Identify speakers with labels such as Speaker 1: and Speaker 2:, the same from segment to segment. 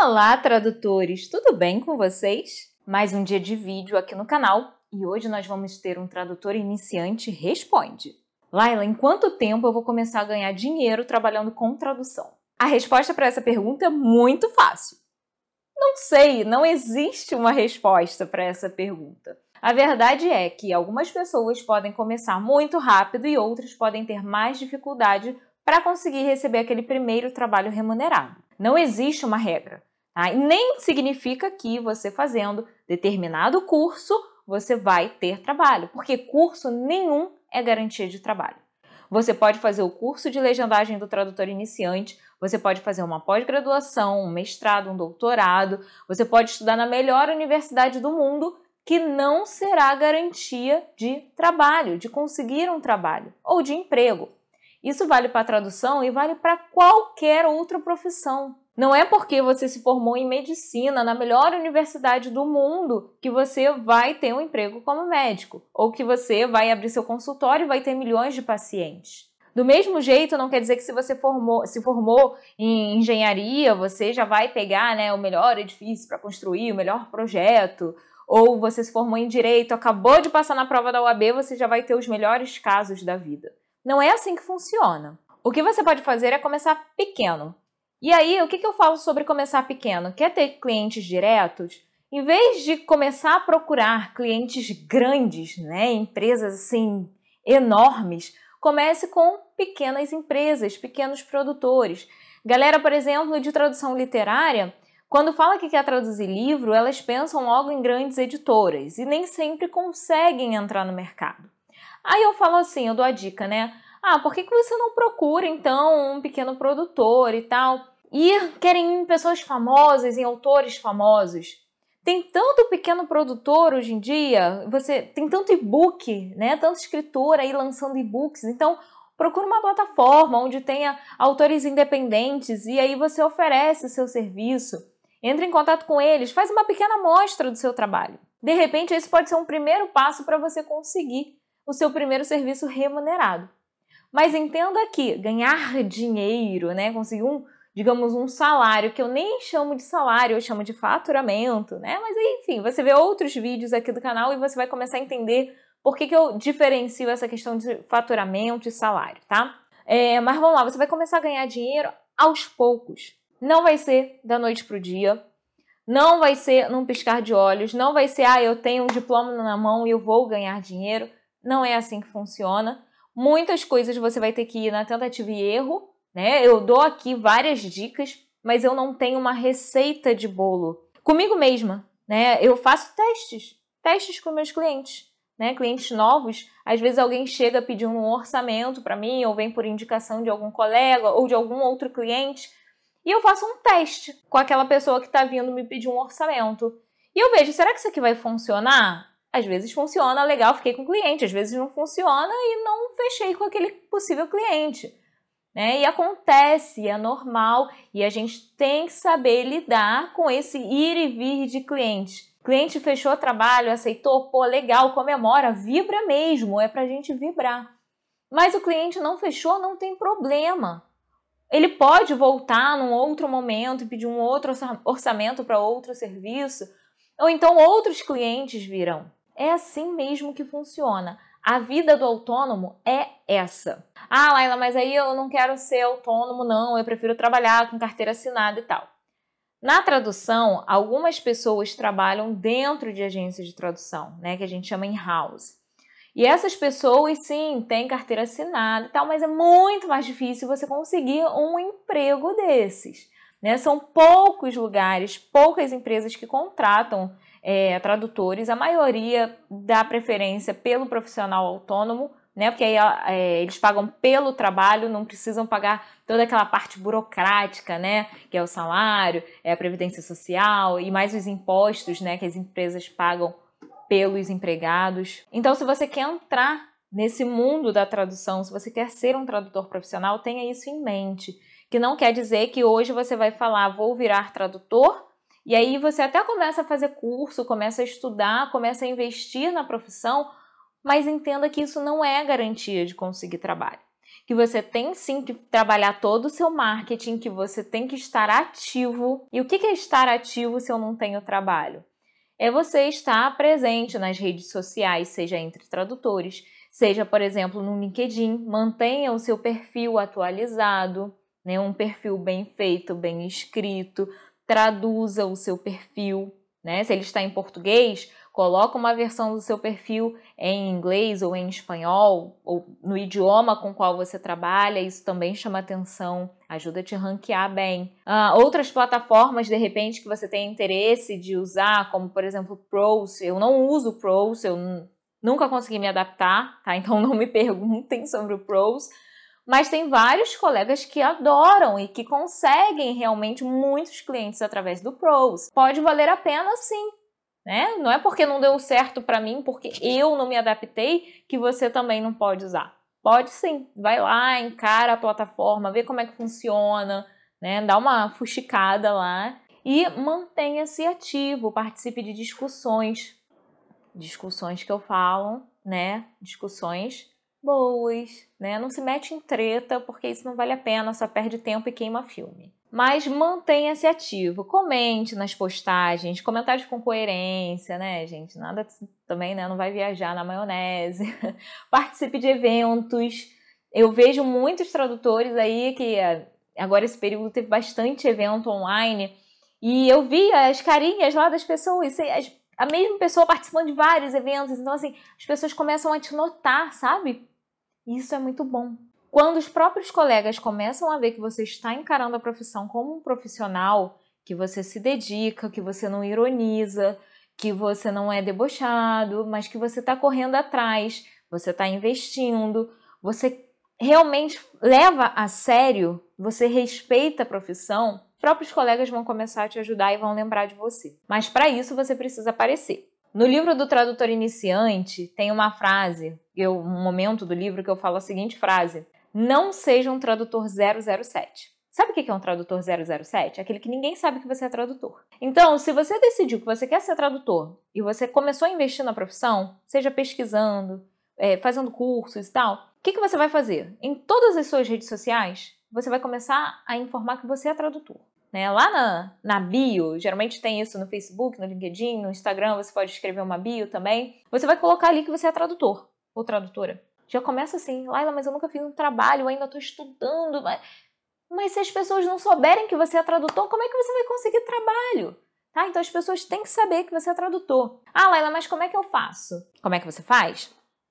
Speaker 1: Olá, tradutores! Tudo bem com vocês? Mais um dia de vídeo aqui no canal e hoje nós vamos ter um tradutor iniciante responde. Laila, em quanto tempo eu vou começar a ganhar dinheiro trabalhando com tradução? A resposta para essa pergunta é muito fácil. Não sei, não existe uma resposta para essa pergunta. A verdade é que algumas pessoas podem começar muito rápido e outras podem ter mais dificuldade para conseguir receber aquele primeiro trabalho remunerado. Não existe uma regra, tá? E nem significa que você fazendo determinado curso você vai ter trabalho, porque curso nenhum é garantia de trabalho. Você pode fazer o curso de legendagem do tradutor iniciante, você pode fazer uma pós-graduação, um mestrado, um doutorado, você pode estudar na melhor universidade do mundo, que não será garantia de trabalho, de conseguir um trabalho ou de emprego. Isso vale para a tradução e vale para qualquer outra profissão. Não é porque você se formou em medicina na melhor universidade do mundo que você vai ter um emprego como médico, ou que você vai abrir seu consultório e vai ter milhões de pacientes. Do mesmo jeito, não quer dizer que se você se formou em engenharia, você já vai pegar, o melhor edifício para construir, o melhor projeto, ou você se formou em direito, acabou de passar na prova da OAB, você já vai ter os melhores casos da vida. Não é assim que funciona. O que você pode fazer é começar pequeno. E aí, o que eu falo sobre começar pequeno? Quer ter clientes diretos? Em vez de começar a procurar clientes grandes, empresas assim enormes, comece com pequenas empresas, pequenos produtores. Galera, por exemplo, de tradução literária, quando fala que quer traduzir livro, elas pensam logo em grandes editoras e nem sempre conseguem entrar no mercado. Aí eu falo assim, eu dou a dica, por que você não procura, então, um pequeno produtor e tal? E querem pessoas famosas, em autores famosos. Tem tanto pequeno produtor hoje em dia, tem tanto e-book, tanta escritora aí lançando e-books, então procura uma plataforma onde tenha autores independentes e aí você oferece o seu serviço. Entre em contato com eles, faz uma pequena amostra do seu trabalho. De repente, esse pode ser um primeiro passo para você conseguir o seu primeiro serviço remunerado. Mas entenda que ganhar dinheiro, conseguir um salário, que eu nem chamo de salário, eu chamo de faturamento, Mas enfim, você vê outros vídeos aqui do canal e você vai começar a entender por que eu diferencio essa questão de faturamento e salário, tá? Mas vamos lá, você vai começar a ganhar dinheiro aos poucos. Não vai ser da noite para o dia, não vai ser num piscar de olhos, não vai ser, eu tenho um diploma na mão e eu vou ganhar dinheiro. Não é assim que funciona. Muitas coisas você vai ter que ir na tentativa e erro, Eu dou aqui várias dicas, mas eu não tenho uma receita de bolo. Comigo mesma, Eu faço testes com meus clientes, Clientes novos, às vezes alguém chega a pedir um orçamento para mim, ou vem por indicação de algum colega ou de algum outro cliente, e eu faço um teste com aquela pessoa que está vindo me pedir um orçamento. E eu vejo, será que isso aqui vai funcionar? Às vezes funciona, legal, fiquei com o cliente. Às vezes não funciona e não fechei com aquele possível cliente. E acontece, é normal. E a gente tem que saber lidar com esse ir e vir de clientes. Cliente fechou trabalho, aceitou, legal, comemora, vibra mesmo, é pra gente vibrar. Mas o cliente não fechou, não tem problema. Ele pode voltar num outro momento e pedir um outro orçamento para outro serviço, ou então outros clientes virão. É assim mesmo que funciona. A vida do autônomo é essa. Laila, mas aí eu não quero ser autônomo, não. Eu prefiro trabalhar com carteira assinada e tal. Na tradução, algumas pessoas trabalham dentro de agências de tradução, que a gente chama in-house. E essas pessoas, sim, têm carteira assinada e tal, mas é muito mais difícil você conseguir um emprego desses. São poucos lugares, poucas empresas que contratam tradutores, a maioria dá preferência pelo profissional autônomo, porque aí eles pagam pelo trabalho, não precisam pagar toda aquela parte burocrática, que é o salário, a previdência social e mais os impostos, que as empresas pagam pelos empregados. Então, se você quer entrar nesse mundo da tradução, se você quer ser um tradutor profissional, tenha isso em mente, que não quer dizer que hoje você vai falar, vou virar tradutor, e aí você até começa a fazer curso, começa a estudar, começa a investir na profissão, mas entenda que isso não é garantia de conseguir trabalho. que você tem sim que trabalhar todo o seu marketing, que você tem que estar ativo. E o que é estar ativo se eu não tenho trabalho? É você estar presente nas redes sociais, seja entre tradutores, seja, por exemplo, no LinkedIn. Mantenha o seu perfil atualizado, né? Um perfil bem feito, bem escrito. Traduza o seu perfil, né? Se ele está em português, coloca uma versão do seu perfil em inglês ou em espanhol, ou no idioma com o qual você trabalha. Isso também chama atenção, ajuda a te ranquear bem. Outras plataformas, de repente, que você tem interesse de usar, como, por exemplo, Prose. Eu não uso Prose, eu nunca consegui me adaptar, tá? Então não me perguntem sobre o Prose. Mas tem vários colegas que adoram e que conseguem realmente muitos clientes através do Prose. Pode valer a pena, sim. Né? Não é porque não deu certo para mim, porque eu não me adaptei, que você também não pode usar. Pode sim, vai lá, encara a plataforma, vê como é que funciona, né? Dá uma fuxicada lá e mantenha-se ativo, participe de discussões que eu falo, né? Discussões boas, né? Não se mete em treta, porque isso não vale a pena, só perde tempo e queima filme. Mas mantenha-se ativo, comente nas postagens, comentários com coerência, né, gente? Nada também, né? Não vai viajar na maionese. Participe de eventos. Eu vejo muitos tradutores aí que agora esse período teve bastante evento online e eu vi as carinhas lá das pessoas, a mesma pessoa participando de vários eventos. Então, assim, as pessoas começam a te notar, sabe? E isso é muito bom. Quando os próprios colegas começam a ver que você está encarando a profissão como um profissional, que você se dedica, que você não ironiza, que você não é debochado, mas que você está correndo atrás, você está investindo, você realmente leva a sério, você respeita a profissão, próprios colegas vão começar a te ajudar e vão lembrar de você. Mas para isso você precisa aparecer. No livro do Tradutor Iniciante tem uma frase, um momento do livro que eu falo a seguinte frase: não seja um tradutor 007. Sabe o que é um tradutor 007? Aquele que ninguém sabe que você é tradutor. Então, se você decidiu que você quer ser tradutor e você começou a investir na profissão, seja pesquisando, fazendo cursos e tal, o que você vai fazer? Em todas as suas redes sociais, você vai começar a informar que você é tradutor. Né? Lá na bio, geralmente tem isso no Facebook, no LinkedIn, no Instagram, você pode escrever uma bio também. Você vai colocar ali que você é tradutor ou tradutora. Já começa assim: Laila, mas eu nunca fiz um trabalho, eu ainda estou estudando. Mas se as pessoas não souberem que você é tradutor, como é que você vai conseguir trabalho? Tá? Então as pessoas têm que saber que você é tradutor. Ah, Laila, mas como é que eu faço? Como é que você faz?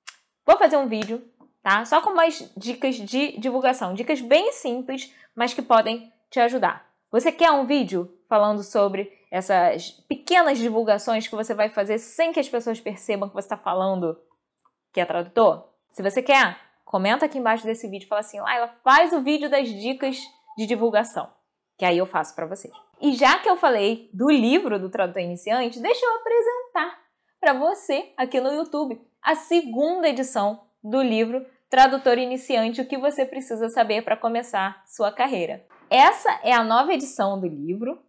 Speaker 1: Vou fazer um vídeo, tá? Só com umas dicas de divulgação. Dicas bem simples, mas que podem te ajudar. Você quer um vídeo falando sobre essas pequenas divulgações que você vai fazer sem que as pessoas percebam que você está falando que é tradutor? Se você quer, comenta aqui embaixo desse vídeo e fala assim: Laila, faz o vídeo das dicas de divulgação, que aí eu faço para vocês. E já que eu falei do livro do Tradutor Iniciante, deixa eu apresentar para você aqui no YouTube a segunda edição do livro Tradutor Iniciante, o que você precisa saber para começar sua carreira. Essa é a nova edição do livro,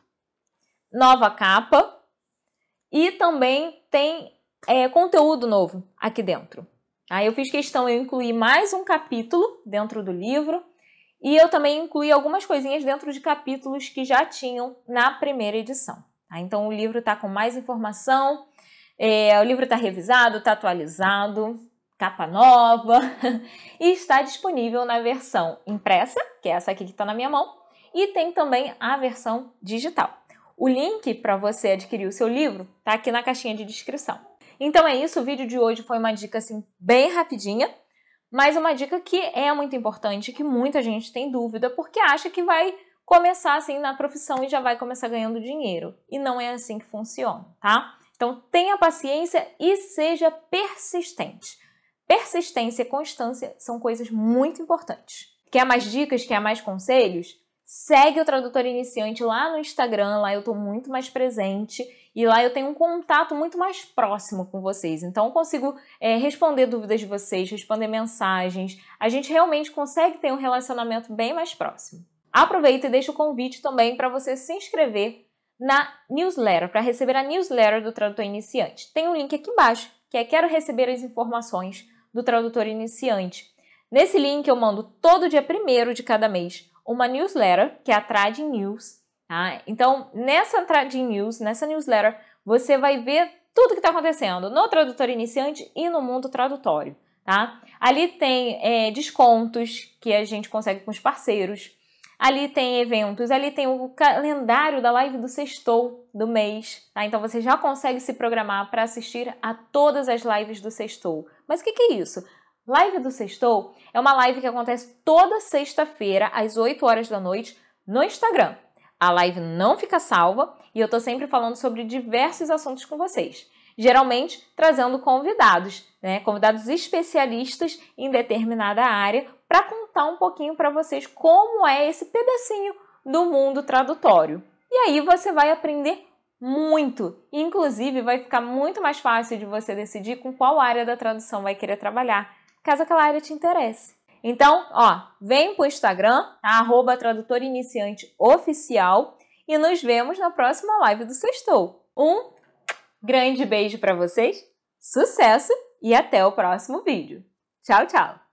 Speaker 1: nova capa e também tem conteúdo novo aqui dentro. Aí eu fiz questão de incluir mais um capítulo dentro do livro e eu também incluí algumas coisinhas dentro de capítulos que já tinham na primeira edição. Tá? Então o livro está com mais informação, o livro está revisado, está atualizado, capa nova e está disponível na versão impressa, que é essa aqui que está na minha mão, e tem também a versão digital. O link para você adquirir o seu livro está aqui na caixinha de descrição. Então é isso, o vídeo de hoje foi uma dica assim bem rapidinha, mas uma dica que é muito importante, que muita gente tem dúvida porque acha que vai começar assim na profissão e já vai começar ganhando dinheiro. E não é assim que funciona, tá? Então tenha paciência e seja persistente. Persistência e constância são coisas muito importantes. Quer mais dicas? Quer mais conselhos? Segue o Tradutor Iniciante lá no Instagram, lá eu estou muito mais presente e lá eu tenho um contato muito mais próximo com vocês. Então eu consigo responder dúvidas de vocês, responder mensagens. A gente realmente consegue ter um relacionamento bem mais próximo. Aproveita e deixa o convite também para você se inscrever na newsletter, para receber a newsletter do Tradutor Iniciante. Tem um link aqui embaixo, que é Quero receber as informações do Tradutor Iniciante. Nesse link eu mando todo dia 1º de cada mês uma newsletter, que é a Trading News. Tá? Então, nessa Trading News, nessa newsletter, você vai ver tudo que está acontecendo no tradutor iniciante e no mundo tradutório. Tá? Ali tem descontos que a gente consegue com os parceiros, ali tem eventos, ali tem o calendário da live do Sextou do mês. Tá? Então, você já consegue se programar para assistir a todas as lives do Sextou. Mas o que é isso? Live do Sextou é uma live que acontece toda sexta-feira, às 8 horas da noite, no Instagram. A live não fica salva e eu tô sempre falando sobre diversos assuntos com vocês. Geralmente trazendo convidados, né? Convidados especialistas em determinada área para contar um pouquinho para vocês como é esse pedacinho do mundo tradutório. E aí você vai aprender muito. Inclusive vai ficar muito mais fácil de você decidir com qual área da tradução vai querer trabalhar, caso aquela área te interesse. Então, vem pro Instagram, tá? @tradutorinicianteoficial e nos vemos na próxima live do Sextou. Um grande beijo para vocês, sucesso e até o próximo vídeo. Tchau, tchau!